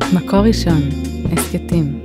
מקור ראשון, הסקטים.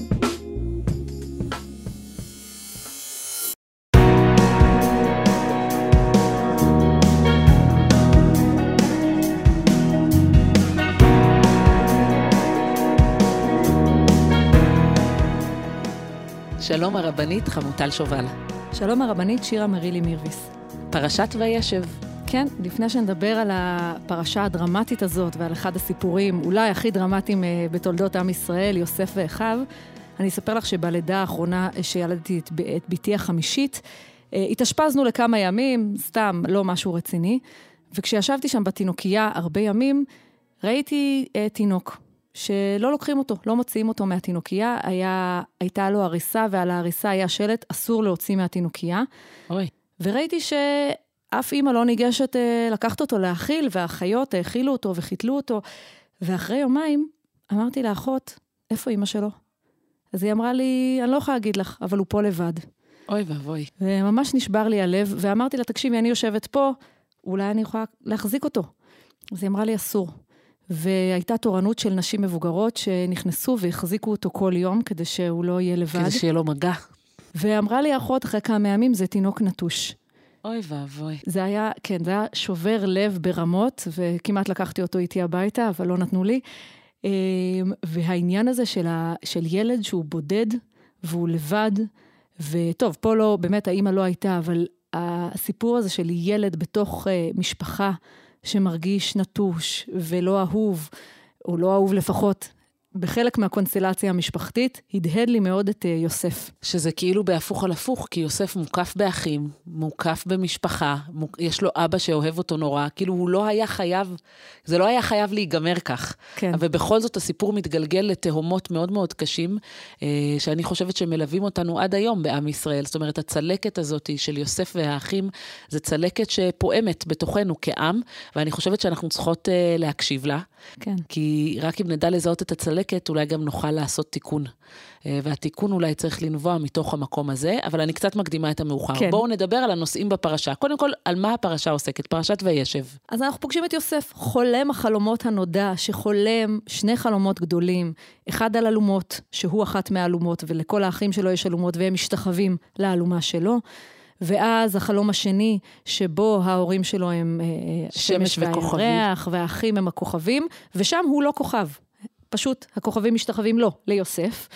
שלום הרבנית חמוטל שובל. שלום הרבנית שירה מרילי מירביס. פרשת וישב. כן, לפני שנדבר על הפרשה הדרמטית הזאת ועל אחד הסיפורים, אולי הכי דרמטיים בתולדות עם ישראל, יוסף ואחיו, אני אספר לך שבלידה האחרונה שילדתי את ביתי החמישית, התאשפזנו לכמה ימים, סתם לא משהו רציני, וכשישבתי שם בתינוקייה הרבה ימים, ראיתי תינוק שלא לוקחים אותו, לא מוציאים אותו מהתינוקייה, הייתה לו הריסה, ועל ההריסה היה שלט, אסור להוציא מהתינוקייה. אוי. וראיתי אף אמא לא ניגשת לקחת אותו להאכיל, והאחיות האכילו אותו וחיתלו אותו. ואחרי יומיים אמרתי לאחות, איפה אמא שלו? אז היא אמרה לי, אני לא יכולה להגיד לך, אבל הוא פה לבד. אוי ואבוי. וממש נשבר לי הלב, ואמרתי לה, תקשיבי, אני יושבת פה, אולי אני יכולה להחזיק אותו. אז היא אמרה לי, אסור. והייתה תורנות של נשים מבוגרות שנכנסו והחזיקו אותו כל יום, כדי שהוא לא יהיה לבד. כדי שיהיה לו מגע. ואמרה לי האחות, אחרי כמה ימים, זה תינוק נטוש. אוי ואבוי. זה היה, כן, זה היה שובר לב ברמות, וכמעט לקחתי אותו איתי הביתה, אבל לא נתנו לי. והעניין הזה של ילד שהוא בודד, והוא לבד, וטוב, פה לא, באמת האמא לא הייתה, אבל הסיפור הזה של ילד בתוך משפחה, שמרגיש נטוש ולא אהוב, או לא אהוב לפחות, בחלק מהקונסטלציה המשפחתית, הדהד לי מאוד את יוסף. שזה כאילו בהפוך על הפוך, כי יוסף מוקף באחים, מוקף במשפחה, יש לו אבא שאוהב אותו נורא, כאילו הוא לא היה חייב, זה לא היה חייב להיגמר כך. כן. אבל בכל זאת הסיפור מתגלגל לתהומות מאוד מאוד קשים, שאני חושבת שמלווים אותנו עד היום בעם ישראל. זאת אומרת, הצלקת הזאת של יוסף והאחים, זה צלקת שפועמת בתוכנו כעם, ואני חושבת שאנחנו צריכות להקשיב לה. כן. כי רק אם נדע לזהות את הצלקת, אולי גם נוכל לעשות תיקון. והתיקון אולי צריך לנבוע מתוך המקום הזה, אבל אני קצת מקדימה את המאוחר. כן. בואו נדבר על הנושאים בפרשה. קודם כל, על מה הפרשה עוסקת? פרשת וישב. אז אנחנו פוגשים את יוסף, חולם החלומות הנודע, שחולם שני חלומות גדולים, אחד על אלומות, שהוא אחת מהאלומות, ולכל האחים שלו יש אלומות, והם משתחווים לאלומה שלו, ואז החלום השני, שבו ההורים שלו הם שמש והירח, והאחים הם הכוכבים, ושם הוא לא כוכב. פשוט הכוכבים משתחווים לו, ליוסף.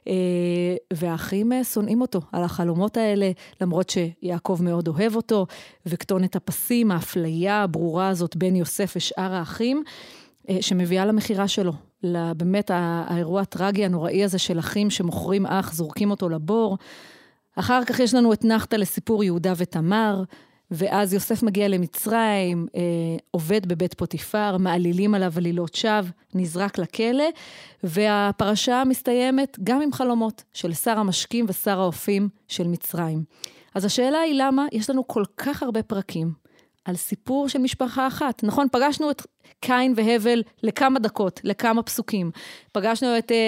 והאחים שונאים אותו על החלומות האלה, למרות שיעקב מאוד אוהב אותו, וכתון את הפסים, האפליה הברורה הזאת בין יוסף ושאר האחים, שמביאה למחירה שלו. באמת האירוע הטרגי הנוראי הזה של אחים שמוכרים אח, זורקים אותו לבור. אחר כך יש לנו את נחתה לסיפור יהודה ותמר, ואז יוסף מגיע למצרים, עובד בבית פוטיפר, מעלילים עליו עלילות שווא, נזרק לכלא, והפרשה מסתיימת גם עם חלומות של שר המשקים ושר האופים של מצרים. אז השאלה היא למה יש לנו כל כך הרבה פרקים על סיפור של משפחה אחת. נכון, פגשנו את קין והבל לכמה דקות, לכמה פסוקים. פגשנו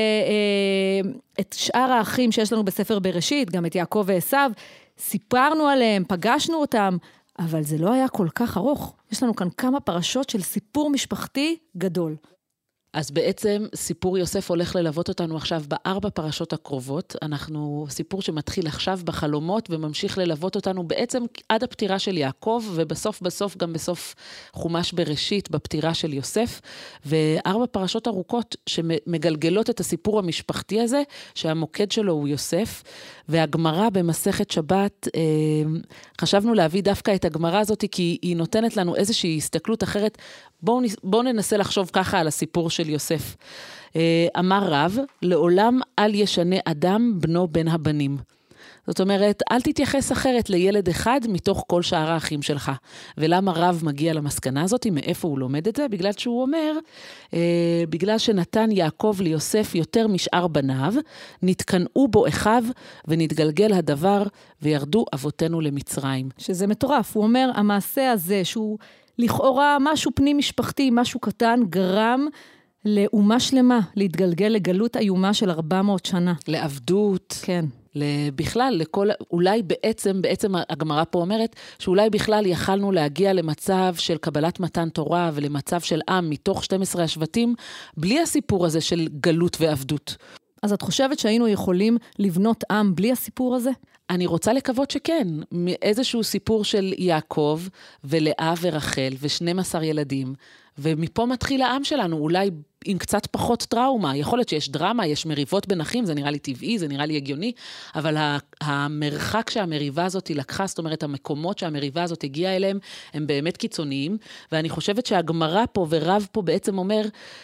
את שאר האחים שיש לנו בספר בראשית, גם את יעקב ועשיו, סיפרנו עליהם, פגשנו אותם, אבל זה לא היה כל כך ארוך. יש לנו כאן כמה פרשות של סיפור משפחתי גדול. אז בעצם סיפור יוסף הולך ללוות אותנו עכשיו ב4 פרשות הקרובות. אנחנו סיפור שמתחיל עכשיו בחלומות וממשיך ללוות אותנו בעצם עד הפטירה של יעקב, ובסוף גם בסוף חומש בראשית בפטירה של יוסף. ו4 פרשות ארוכות שמגלגלות את הסיפור המשפחתי הזה, שהמוקד שלו הוא יוסף. והגמרא במסכת שבת, חשבנו להביא דווקא את הגמרא הזאת, כי היא נותנת לנו איזושהי הסתכלות אחרת. בואו ננסה לחשוב ככה על הסיפור של יוסף. אמר רב, לעולם אל ישנה אדם בנו בין הבנים. זאת אומרת, אל תתייחס אחרת לילד אחד מתוך כל שאר האחים שלך. ולמה רב מגיע למסקנה הזאת? מאיפה הוא לומד את זה? בגלל שהוא אומר, בגלל שנתן יעקב ליוסף יותר משאר בניו, נתקנאו בו אחיו ונתגלגל הדבר וירדו אבותינו למצרים. שזה מטורף. הוא אומר, המעשה הזה שהוא לכאורה משהו פנים משפחתי, משהו קטן, גרם לאומה שלמה להתגלגל לגלות איומה של 400 שנה. לעבדות. כן. בכלל, אולי בעצם הגמרא פה אומרת, שאולי בכלל יכלנו להגיע למצב של קבלת מתן תורה, ולמצב של עם מתוך 12 השבטים, בלי הסיפור הזה של גלות ועבדות. אז את חושבת שהיינו יכולים לבנות עם בלי הסיפור הזה? אני רוצה לקוות שכן, מאיזשהו סיפור של יעקב ולאה ורחל ו12 ילדים, ומפה מתחיל העם שלנו, אולי עם קצת פחות טראומה. יכול להיות שיש דרמה, יש מריבות בין אחים, זה נראה לי טבעי, זה נראה לי הגיוני, אבל המרחק שהמריבה הזאת לקחה, זאת אומרת, המקומות שהמריבה הזאת הגיעה אליהם, הם באמת קיצוניים, ואני חושבת שהגמרא פה ורב פה בעצם אומר,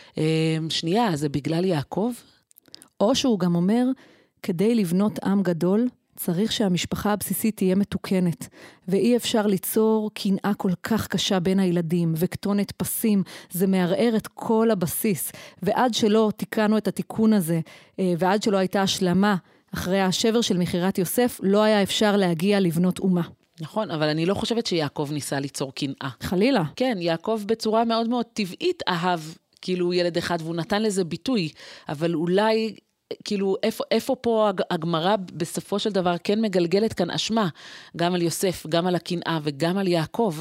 שנייה, זה בגלל יעקב? או שהוא גם אומר, כדי לבנות עם גדול, צריך שהמשפחה הבסיסית תהיה מתוקנת, ואי אפשר ליצור קנאה כל כך קשה בין הילדים, וכתונת פסים, זה מערער את כל הבסיס, ועד שלא תיקנו את התיקון הזה, ועד שלא הייתה השלמה אחרי השבר של מחירת יוסף, לא היה אפשר להגיע לבנות אומה. נכון, אבל אני לא חושבת שיעקב ניסה ליצור קנאה. חלילה. כן, יעקב בצורה מאוד מאוד טבעית אהב, כאילו ילד אחד, והוא נתן לזה ביטוי, אבל אולי כאילו, איפה פה הגמרא בסופו של דבר כן מגלגלת כאן אשמה, גם על יוסף, גם על הקנאה וגם על יעקב,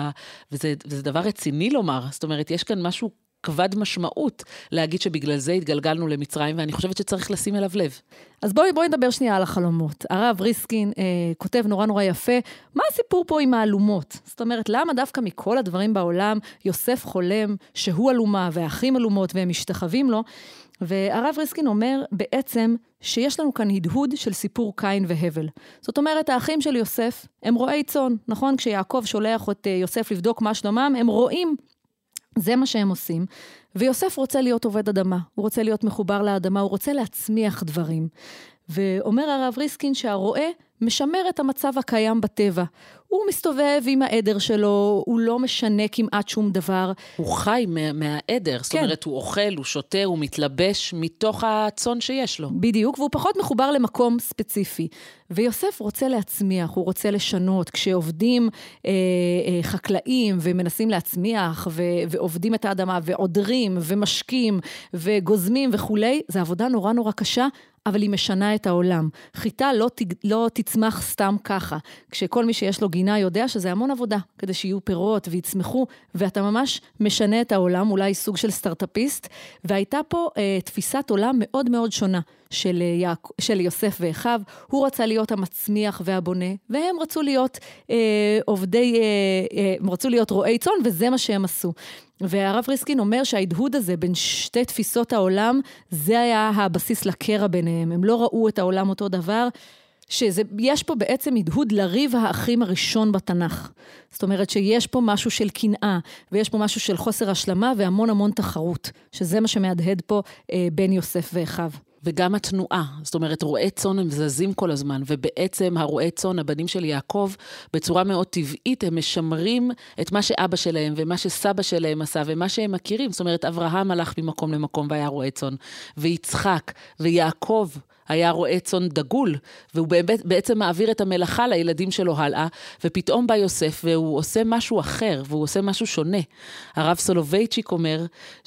וזה דבר רציני לומר, זאת אומרת, יש כאן משהו כבד משמעות להגיד שבגלל זה התגלגלנו למצרים, ואני חושבת שצריך לשים אליו לב. אז בואי נדבר שנייה על החלומות. הרב ריסקין כותב נורא יפה, מה הסיפור פה עם האלומות? זאת אומרת, למה דווקא מכל הדברים בעולם יוסף חולם שהוא אלומה והאחים אלומות והם משתחווים לו? והרב ריסקין אומר בעצם שיש לנו כאן הדהוד של סיפור קין והבל. זאת אומרת, האחים של יוסף הם רועי צאן, נכון? כשיעקב שולח את יוסף לבדוק מה שלומם, הם רואים, זה מה שהם עושים. ויוסף רוצה להיות עובד אדמה, הוא רוצה להיות מחובר לאדמה, הוא רוצה להצמיח דברים. ואומר הרב ריסקין שהרועה משמר את המצב הקיים בטבע. הוא מסתובב עם העדר שלו, הוא לא משנה כמעט שום דבר. הוא חי מהעדר, זאת אומרת, הוא אוכל, הוא שותה, הוא מתלבש מתוך הצאן שיש לו. בדיוק, והוא פחות מחובר למקום ספציפי. ויוסף רוצה להצמיח, הוא רוצה לשנות. כשעובדים חקלאים ומנסים להצמיח, ועובדים את האדמה, ועודרים, ומשקים, וגוזמים וכולי, זו עבודה נורא קשה, אבל היא משנה את העולם. חיטה לא תצמח סתם ככה. כשכל מי שיש לו גינה יודע שזה המון עבודה, כדי שיהיו פירות ויצמחו, ואתה ממש משנה את העולם, אולי סוג של סטארט-אפיסט, והייתה פה תפיסת עולם מאוד שונה של יוסף ואחיו. הוא רצה להיות המצמיח והבונה, והם רצו להיות רצו להיות רועי צאן, וזה מה שהם עשו. והרב ריסקין אומר שההדהוד הזה בין שתי תפיסות העולם, זה היה הבסיס לקרע ביניהם. הם לא ראו את העולם אותו דבר, שיש פה בעצם הדהוד לריב האחים הראשון בתנ"ך. זאת אומרת שיש פה משהו של קנאה, ויש פה משהו של חוסר השלמה, והמון תחרות, שזה מה שמהדהד פה בין יוסף ואחיו. וגם התנועה, זאת אומרת, רועי צאן הם זזים כל הזמן, ובעצם הרועי צאן, הבנים של יעקב, בצורה מאוד טבעית, הם משמרים את מה שאבא שלהם, ומה שסבא שלהם עשה, ומה שהם מכירים. זאת אומרת, אברהם הלך ממקום למקום, והיה רועי צאן, ויצחק, ויעקב, היה רועה צאן דגול, והוא בעצם מעביר את המלאכה לילדים שלו הלאה, ופתאום בא יוסף, והוא עושה משהו אחר, והוא עושה משהו שונה. הרב סולובייצ'יק אומר,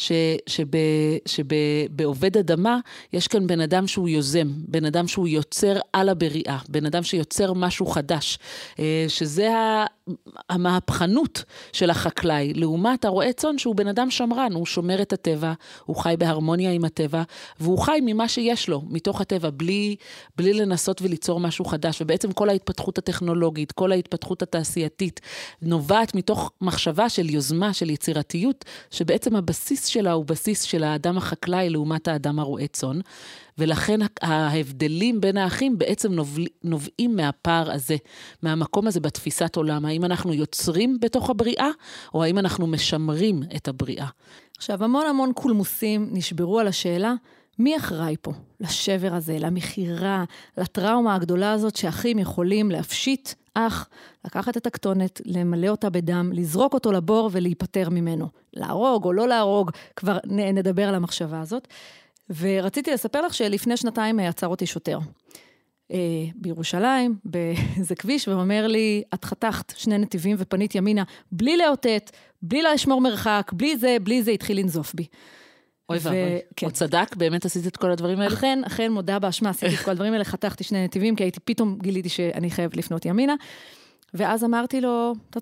שבעובד אדמה, יש כאן בן אדם שהוא יוזם, בן אדם שהוא יוצר על הבריאה, בן אדם שיוצר משהו חדש, שזה המהפכנות של החקלאי, לעומת הרועה צאן שהוא בן אדם שמרן, הוא שומר את הטבע, הוא חי בהרמוניה עם הטבע, והוא חי ממה שיש לו, מתוך הטבע, בלי לנסות וליצור משהו חדש, ובעצם כל ההתפתחות הטכנולוגית, כל ההתפתחות התעשייתית, נובעת מתוך מחשבה של יוזמה, של יצירתיות, שבעצם הבסיס שלה הוא בסיס של האדם החקלאי, לעומת האדם הרועה צאן, ולכן ההבדלים בין האחים בעצם נובעים מהפער הזה, מהמקום הזה בתפיסת עולם, האם אנחנו יוצרים בתוך הבריאה, או האם אנחנו משמרים את הבריאה. עכשיו, המון קולמוסים נשברו על השאלה, מי אחראי פה? לשבר הזה, למחירה, לטראומה הגדולה הזאת שאחים יכולים להפשיט אח, לקחת את הכתונת, למלא אותה בדם, לזרוק אותו לבור ולהיפטר ממנו. להרוג או לא להרוג, כבר נדבר על המחשבה הזאת. ורציתי לספר לך שלפני 2 עצר אותי שוטר. בירושלים, באיזה כביש, ואומר לי, את חתכת 2 נתיבים ופנית ימינה, בלי לאותת, בלי לשמור מרחק, בלי זה התחיל לנזוף בי. אוי ואבוי, הוא צדק, באמת עשית את כל הדברים האלה? אכן מודה באשמה, עשיתי את כל הדברים האלה, חתכתי 2 נתיבים, כי פתאום גיליתי שאני חייב לפנות ימינה, ואז אמרתי לו, אתה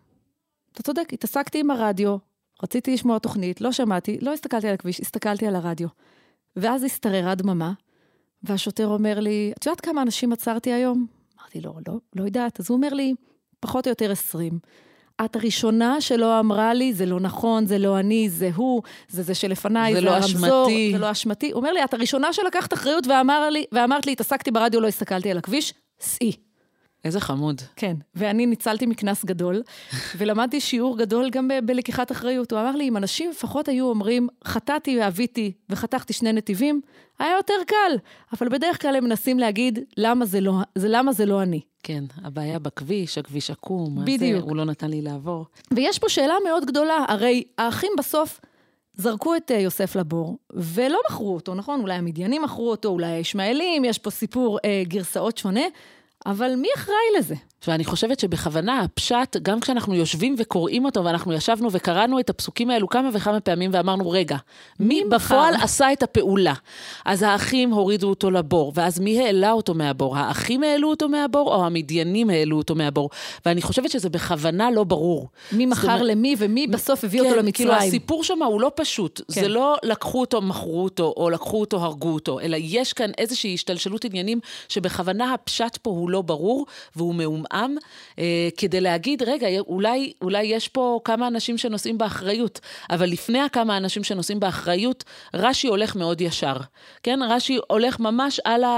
צודק, התעסקתי עם הרדיו, רציתי לשמוע תוכנית, לא שמעתי, לא הסתכלתי על הכביש, הסתכלתי על הרדיו. ואז הסתררה דממה, והשוטר אומר לי, את יודעת כמה אנשים עצרתי היום? אמרתי לו, לא יודעת. אז הוא אומר לי, פחות או יותר 20. את הראשונה שלא אמרה לי, זה לא נכון, זה לא אני, זה הוא, זה שלפניי, זה הרמזור, זה לא אשמתי. הוא אומר לי, את הראשונה שלקחת אחריות ואמרת לי, התעסקתי ברדיו, לא הסתכלתי על הכביש, סעי. איזה חמוד. כן, ואני ניצלתי מכנס גדול, ולמדתי שיעור גדול גם בלקיחת אחריות. הוא אמר לי, אם אנשים לפחות היו אומרים, חטאתי ואביתי וחתכתי 2 נתיבים, היה יותר קל, אבל בדרך כלל הם מנסים להגיד, למה זה לא אני. כן, הבעיה בכביש, הכביש עקום, בדיוק. הוא לא נתן לי לעבור. ויש פה שאלה מאוד גדולה, הרי האחים בסוף זרקו את יוסף לבור, ולא מכרו אותו, נכון? אולי המדיינים מכרו אותו, אולי הישמעאלים, יש פה סיפור גרסאות שונה, אבל מי אחראי לזה? ואני חושבת שבכוונה הפשט, גם כשאנחנו יושבים וקוראים אותו, ואנחנו ישבנו וקראנו את הפסוקים האלו כמה וכמה פעמים, ואמרנו, רגע, מי בפועל עשה את הפעולה? אז האחים הורידו אותו לבור, ואז מי העלה אותו מהבור? האחים העלו אותו מהבור, או המדיינים העלו אותו מהבור? ואני חושבת שזה בכוונה לא ברור. מי מכר למי, ומי בסוף הביא אותו למצרים? כאילו הסיפור שם הוא לא פשוט. זה לא לקחו אותו, מכרו אותו, או לקחו אותו, הרגו אותו, אלא יש כאן איזושהי השתלשלות עניינים, שבכוונה הפשט פה הוא לא ברור, והוא מעומעם, כדי להגיד, רגע, אולי יש פה כמה אנשים שנושאים באחריות, אבל לפני כמה אנשים שנושאים באחריות, רש"י הולך מאוד ישר. כן? רש"י הולך ממש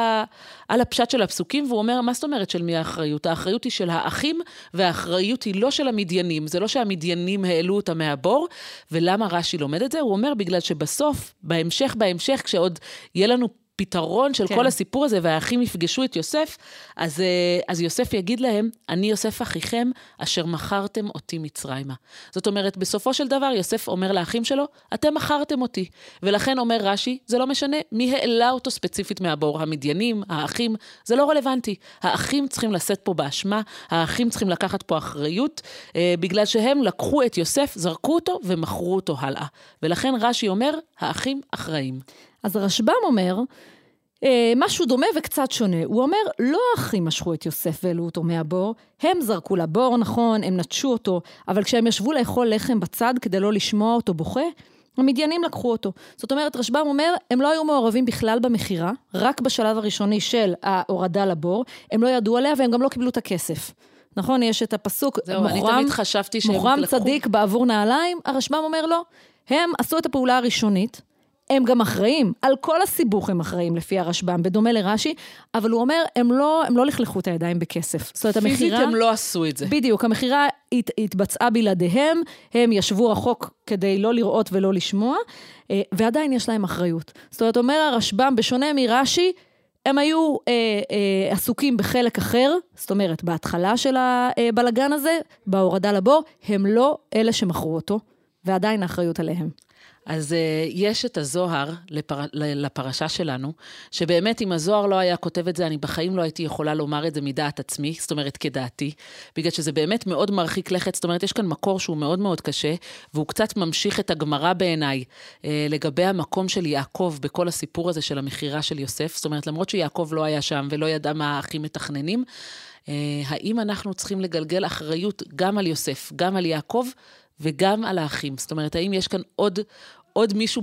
על הפשט של הפסוקים, והוא אומר, מה זאת אומרת של מי האחריות? האחריות היא של האחים, והאחריות היא לא של המדיינים. זה לא שהמדיינים העלו אותה מהבור, ולמה רש"י לומד את זה? הוא אומר, בגלל שבסוף, בהמשך, כשעוד יהיה לנו פתרון של כל הסיפור הזה, והאחים יפגשו את יוסף, אז יוסף יגיד להם, אני יוסף אחיכם, אשר מכרתם אותי מצרימה. זאת אומרת, בסופו של דבר, יוסף אומר לאחים שלו, אתם מכרתם אותי. ולכן אומר רש"י, זה לא משנה מי העלה אותו ספציפית מהבור, המדיינים, האחים, זה לא רלוונטי. האחים צריכים לשאת פה באשמה, האחים צריכים לקחת פה אחריות, בגלל שהם לקחו את יוסף, זרקו אותו ומכרו אותו הלאה. ולכן רש"י אומר, האחים אחראים. אז הרשב"ם אומר, משהו דומה וקצת שונה. הוא אומר, לא האחים משכו את יוסף והעלו אותו מהבור, הם זרקו לבור, נכון, הם נטשו אותו, אבל כשהם ישבו לאכול לחם בצד כדי לא לשמוע אותו בוכה, המדיינים לקחו אותו. זאת אומרת, רשב"ם אומר, הם לא היו מעורבים בכלל במחירה, רק בשלב הראשוני של ההורדה לבור, הם לא ידעו עליה והם גם לא קיבלו את הכסף. נכון, יש את הפסוק, מוחרם צדיק בעבור נעליים, הרשב"ם אומר לא, הם עשו את הפעולה הראשונית, הם גם אחראים, על כל הסיבוך הם אחראים לפי הרשב"ם, בדומה לרש"י, אבל הוא אומר, הם לא לכלכו את הידיים בכסף. זאת אומרת, פיזית הם לא עשו את זה. בדיוק, המחירה התבצעה בלעדיהם, הם ישבו רחוק כדי לא לראות ולא לשמוע, ועדיין יש להם אחריות. זאת אומרת, אומר הרשב"ם, בשונה מרש"י, הם היו עסוקים בחלק אחר, זאת אומרת, בהתחלה של הבלגן הזה, בהורדה לבור, הם לא אלה שמכרו אותו, ועדיין האחריות עליהם. אז יש את הזוהר לפרשה שלנו, שבאמת אם הזוהר לא היה כותב את זה, אני בחיים לא הייתי יכולה לומר את זה מדעת עצמי, זאת אומרת כדעתי, בגלל שזה באמת מאוד מרחיק לכת, זאת אומרת יש כאן מקור שהוא מאוד מאוד קשה, והוא קצת ממשיך את הגמרא בעיניי, לגבי המקום של יעקב בכל הסיפור הזה של המחירה של יוסף, זאת אומרת למרות שיעקב לא היה שם ולא ידע מה האחים מתכננים, האם אנחנו צריכים לגלגל אחריות גם על יוסף, גם על יעקב, וגם על האחים. זאת אומרת, האם יש כאן עוד מישהו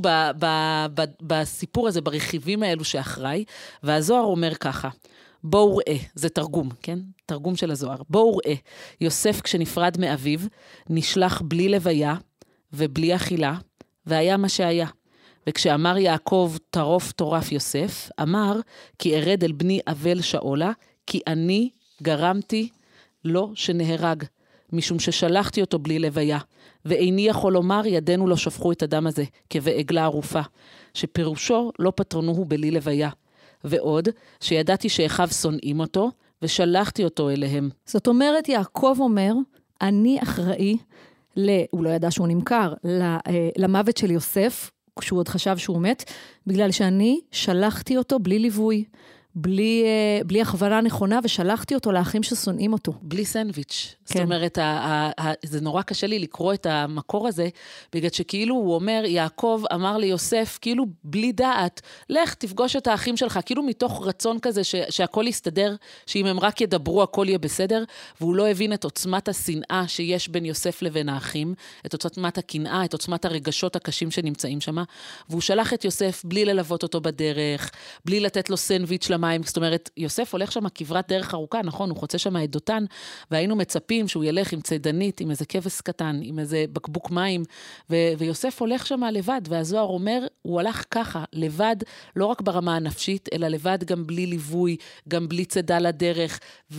בסיפור הזה, ברכיבים האלו שאחראי, והזוהר אומר ככה, בואו ראה, זה תרגום, כן? תרגום של הזוהר. בואו ראה, יוסף כשנפרד מאביו, נשלח בלי לוויה ובלי אכילה, והיה מה שהיה. וכשאמר יעקב טרוף טורף יוסף, אמר, כי ארד אל בני אבל שאולה, כי אני גרמתי לו שנהרג. משום ששלחתי אותו בלי לוויה, ואיני יכול לומר ידינו לא שפכו את הדם הזה, כבעגלה ערופה, שפירושו לא פטרנוהו בלי לוויה, ועוד שידעתי שאחיו שונאים אותו, ושלחתי אותו אליהם. זאת אומרת, יעקב אומר, אני אחראי, הוא לא ידע שהוא נמכר, למוות של יוסף, כשהוא עוד חשב שהוא מת, בגלל שאני שלחתי אותו בלי ליווי, בלי הכוונה נכונה, ושלחתי אותו לאחים ששונאים אותו. בלי סנדוויץ'. כן. זאת אומרת, זה נורא קשה לי לקרוא את המקור הזה, בגלל שכאילו הוא אומר, יעקב אמר ליוסף, כאילו בלי דעת, לך תפגוש את האחים שלך, כאילו מתוך רצון כזה שהכל יסתדר, שאם הם רק ידברו, הכל יהיה בסדר, והוא לא הבין את עוצמת השנאה שיש בין יוסף לבין האחים, את עוצמת הקנאה, את עוצמת הרגשות הקשים שנמצאים שם, והוא שלח את יוסף בלי ללוות אותו בדרך, בלי לתת לו סנדוויץ' למים, זאת אומרת, יוסף הולך שם כברת דרך ארוכה, נכון, הוא חוצה שם את דותן, והיינו מצפים שהוא ילך עם צידנית, עם איזה כבש קטן, עם איזה בקבוק מים, ויוסף הולך שם לבד, והזוהר אומר, הוא הלך ככה, לבד, לא רק ברמה הנפשית, אלא לבד גם בלי ליווי, גם בלי צידה לדרך,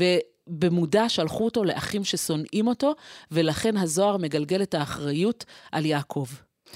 במודע שלחו אותו לאחים ששונאים אותו, ולכן הזוהר מגלגל את האחריות על יעקב.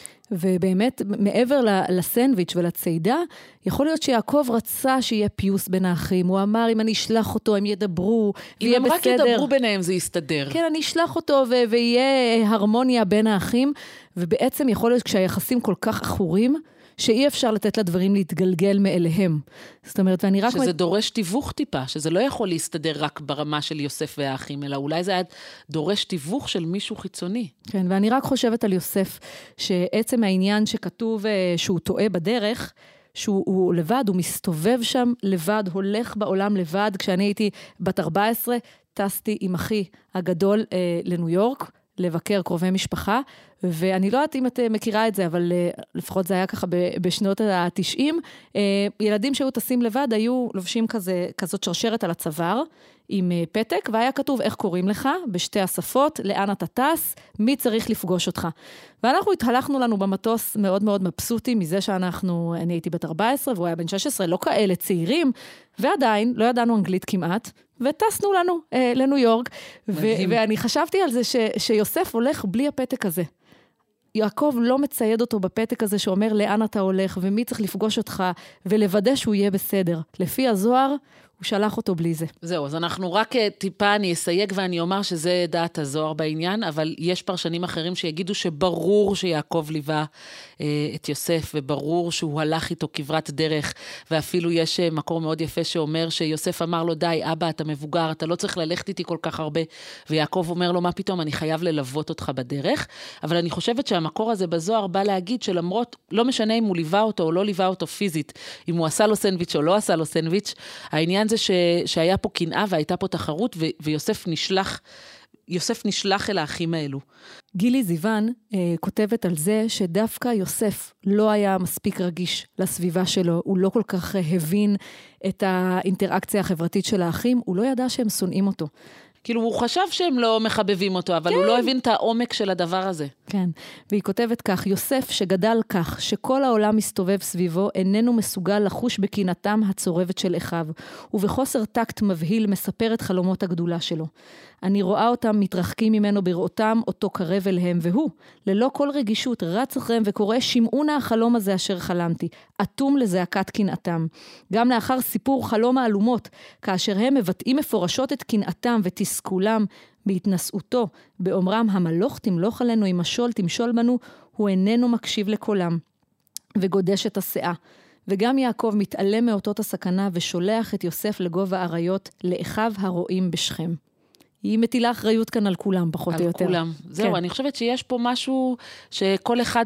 ובאמת, מעבר לסנדוויץ' ולצידה, יכול להיות שיעקב רצה שיהיה פיוס בין האחים. הוא אמר, אם אני אשלח אותו, הם ידברו, ויהיה בסדר. אם הם רק ידברו ביניהם, זה יסתדר. כן, אני אשלח אותו, ויהיה הרמוניה בין האחים. ובעצם יכול להיות כשהיחסים כל כך אחורים, שאי אפשר לתת לדברים להתגלגל מאליהם. זאת אומרת, ואני רק... שזה דורש תיווך טיפה, שזה לא יכול להסתדר רק ברמה של יוסף והאחים, אלא אולי זה היה דורש תיווך של מישהו חיצוני. כן, ואני רק חושבת על יוסף, שעצם העניין שכתוב שהוא טועה בדרך, שהוא לבד, הוא מסתובב שם לבד, הולך בעולם לבד. כשאני הייתי בת 14, טסתי עם אחי הגדול לניו יורק, לבקר קרובי משפחה, ואני לא יודעת אם את מכירה את זה, אבל לפחות זה היה ככה בשנות ה-90, ילדים שהיו טסים לבד, היו לובשים כזאת שרשרת על הצוואר, עם פתק, והיה כתוב איך קוראים לך, בשתי השפות, לאן אתה טס, מי צריך לפגוש אותך. ואנחנו התהלכנו לנו במטוס מאוד מאוד מבסוטים, מזה אני הייתי בת 14, והוא היה בן 16, לא כאלה צעירים, ועדיין לא ידענו אנגלית כמעט, וטסנו לנו לניו יורק, ואני חשבתי על זה שיוסף הולך בלי הפתק הזה. יעקב לא מצייד אותו בפתק הזה שאומר לאן אתה הולך, ומי צריך לפגוש אותך, ולוודא שהוא יהיה בסדר. לפי הזוהר, הוא שלח אותו בלי זה. זהו, אז אנחנו רק טיפה, אני אסייג ואני אומר שזה דעת הזוהר בעניין, אבל יש פרשנים אחרים שיגידו שברור שיעקב ליווה את יוסף, וברור שהוא הלך איתו כברת דרך, ואפילו יש מקור מאוד יפה שאומר שיוסף אמר לו, די, אבא, אתה מבוגר, אתה לא צריך ללכת איתי כל כך הרבה, ויעקב אומר לו, מה פתאום, אני חייב ללוות אותך בדרך, אבל אני חושבת שהמקור הזה בזוהר בא להגיד שלמרות, לא משנה אם הוא ליווה אותו או לא ליווה אותו פיזית, אם הוא עשה לו סנדוויץ' או לא עשה לו סנדוויץ', העניין זה שהיה פה קנאה והייתה פה תחרות, ויוסף נשלח אל האחים האלו. גילי זיוון כותבת על זה שדווקא יוסף לא היה מספיק רגיש לסביבה שלו, הוא לא כל כך הבין את האינטראקציה החברתית של האחים, הוא לא ידע שהם שונאים אותו. כאילו הוא חשב שהם לא מחבבים אותו, אבל הוא לא הבין את העומק של הדבר הזה. כן, והיא כותבת כך, יוסף שגדל כך, שכל העולם מסתובב סביבו, איננו מסוגל לחוש בקנאתם הצורבת של אחיו, ובחוסר טקט מבהיל מספר את חלומות הגדולה שלו. אני רואה אותם מתרחקים ממנו בראותם, אותו קרב אליהם, והוא, ללא כל רגישות, רץ אחריהם וקורא, שמעו נא החלום הזה אשר חלמתי, אטום לזעקת קנאתם. גם לאחר סיפור חלום האלומות, כאשר הם מבטאים מפורשות את קנאתם ותסכולם בהתנשאותו, באומרם המלוך תמלוך עלינו, עם משול תמשול בנו, הוא איננו מקשיב לקולם, וגודש את השאה. וגם יעקב מתעלם מאותות הסכנה, ושולח את יוסף לגובה אריות, לאחיו הרועים בשכם. היא מטילה אחריות כאן על כולם, פחות או יותר. על כולם. זהו, אני חושבת שיש פה משהו שכל אחד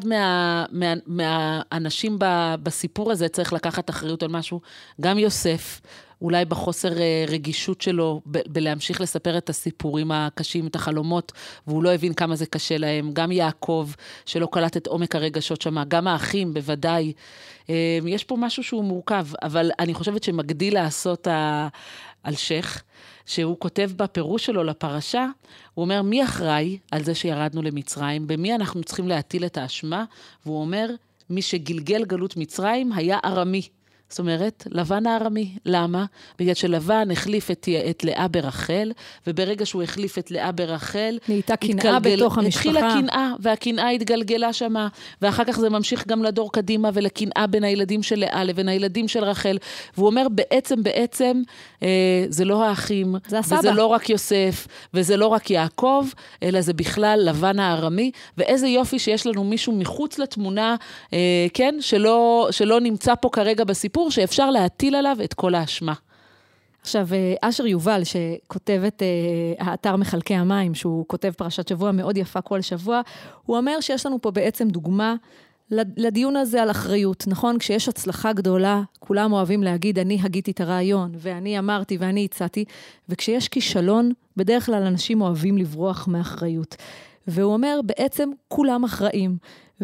מהאנשים בסיפור הזה צריך לקחת אחריות על משהו. גם יוסף, אולי בחוסר רגישות שלו, בלהמשיך לספר את הסיפורים הקשים, את החלומות, והוא לא הבין כמה זה קשה להם. גם יעקב, שלא קלט את עומק הרגשות שם, גם האחים, בוודאי. יש פה משהו שהוא מורכב, אבל אני חושבת שמגדיל לעשות אלשך, שהוא כותב בפירוש שלו לפרשה, הוא אומר, מי אחראי על זה שירדנו למצרים? במי אנחנו צריכים להטיל את האשמה? והוא אומר, מי שגלגל גלות מצרים היה ארמי. זאת אומרת, לבן הארמי. למה? בגלל שלבן החליף את לאה ברחל, וברגע שהוא החליף את לאה ברחל, נהייתה קנאה בתוך המשפחה. התחילה קנאה, והקנאה התגלגלה שמה, ואחר כך זה ממשיך גם לדור קדימה, ולקנאה בין הילדים של לאה לבין הילדים של רחל. והוא אומר, בעצם, זה לא האחים, זה הסבא. וזה לא רק יוסף, וזה לא רק יעקב, אלא זה בכלל לבן הארמי, ואיזה יופי שיש לנו מישהו מחוץ לתמונה, כן, שלא נמצא פה כרגע בסיפור, סיפור שאפשר להטיל עליו את כל האשמה. עכשיו, אשר יובל, שכותב את האתר מחלקי המים, שהוא כותב פרשת שבוע מאוד יפה כל שבוע, הוא אומר שיש לנו פה בעצם דוגמה לדיון הזה על אחריות, נכון? כשיש הצלחה גדולה, כולם אוהבים להגיד, אני הגיתי את הרעיון, ואני אמרתי ואני הצעתי, וכשיש כישלון, בדרך כלל אנשים אוהבים לברוח מאחריות. והוא אומר, בעצם כולם אחראים,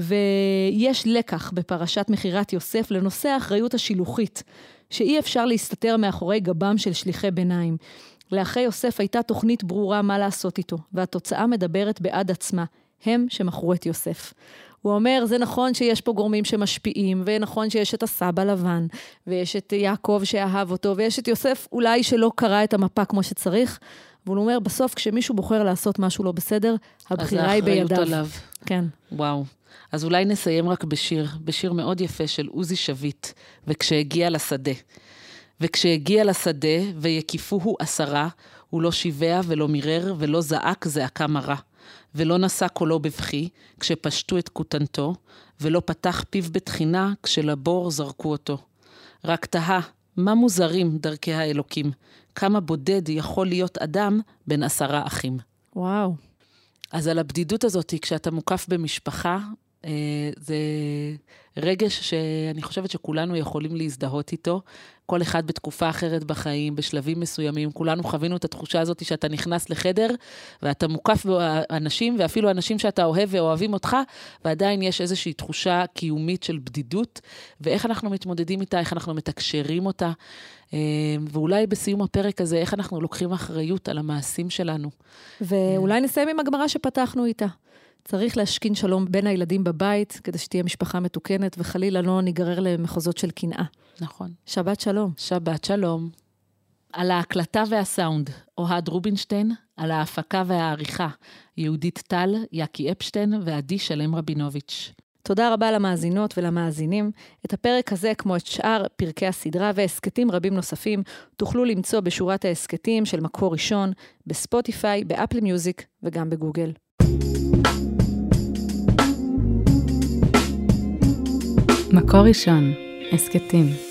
ויש לקח בפרשת מחירת יוסף לנושא האחריות השילוחית, שאי אפשר להסתתר מאחורי גבם של שליחי ביניים. לאחרי יוסף הייתה תוכנית ברורה מה לעשות איתו, והתוצאה מדברת בעד עצמה, הם שמכרו את יוסף. הוא אומר, זה נכון שיש פה גורמים שמשפיעים, ונכון שיש את הסבא לבן, ויש את יעקב שאהב אותו, ויש את יוסף אולי שלא קרא את המפה כמו שצריך, והוא אומר, בסוף כשמישהו בוחר לעשות משהו לא בסדר, הבחירה היא בידיו. אז האחריות עליו. כן. וואו. אז אולי נסיים רק בשיר מאוד יפה של עוזי שביט, וכשהגיע לשדה. וכשהגיע לשדה ויקיפוהו 10, הוא לא שיבע ולא מירר ולא זעק זעקה מרה. ולא נשא קולו בבכי כשפשטו את כותנתו, ולא פתח פיו בתחינה כשלבור זרקו אותו. רק תהה, מה מוזרים דרכי האלוקים? כמה בודד יכול להיות אדם בין 10 אחים? וואו. אז על הבדידות הזאת, כשאתה מוקף במשפחה, זה רגש שאני חושבת שכולנו יכולים להזדהות איתו, כל אחד בתקופה אחרת בחיים, בשלבים מסוימים, כולנו חווינו את התחושה הזאת שאתה נכנס לחדר, ואתה מוקף באנשים, ואפילו אנשים שאתה אוהב ואוהבים אותך, ועדיין יש איזושהי תחושה קיומית של בדידות, ואיך אנחנו מתמודדים איתה, איך אנחנו מתקשרים אותה, ואולי בסיום הפרק הזה, איך אנחנו לוקחים אחריות על המעשים שלנו. ואולי נסיים עם הגמרא שפתחנו איתה. צריך להשכין שלום בין הילדים בבית, כדי שתהיה משפחה מתוקנת, וחלילה לא ניגרר למחוזות של קנאה. נכון. שבת שלום. שבת שלום. על ההקלטה והסאונד, אוהד רובינשטיין, על ההפקה והעריכה, יהודית טל, יקי אפשטיין ועדי שלם רבינוביץ'. תודה רבה למאזינות ולמאזינים. את הפרק הזה, כמו את שאר פרקי הסדרה והסקטים רבים נוספים, תוכלו למצוא בשורת ההסקטים של מקור ראשון, בספוטיפיי, באפל מיוזיק וגם בגוגל. מקור ראשון, הסקטים.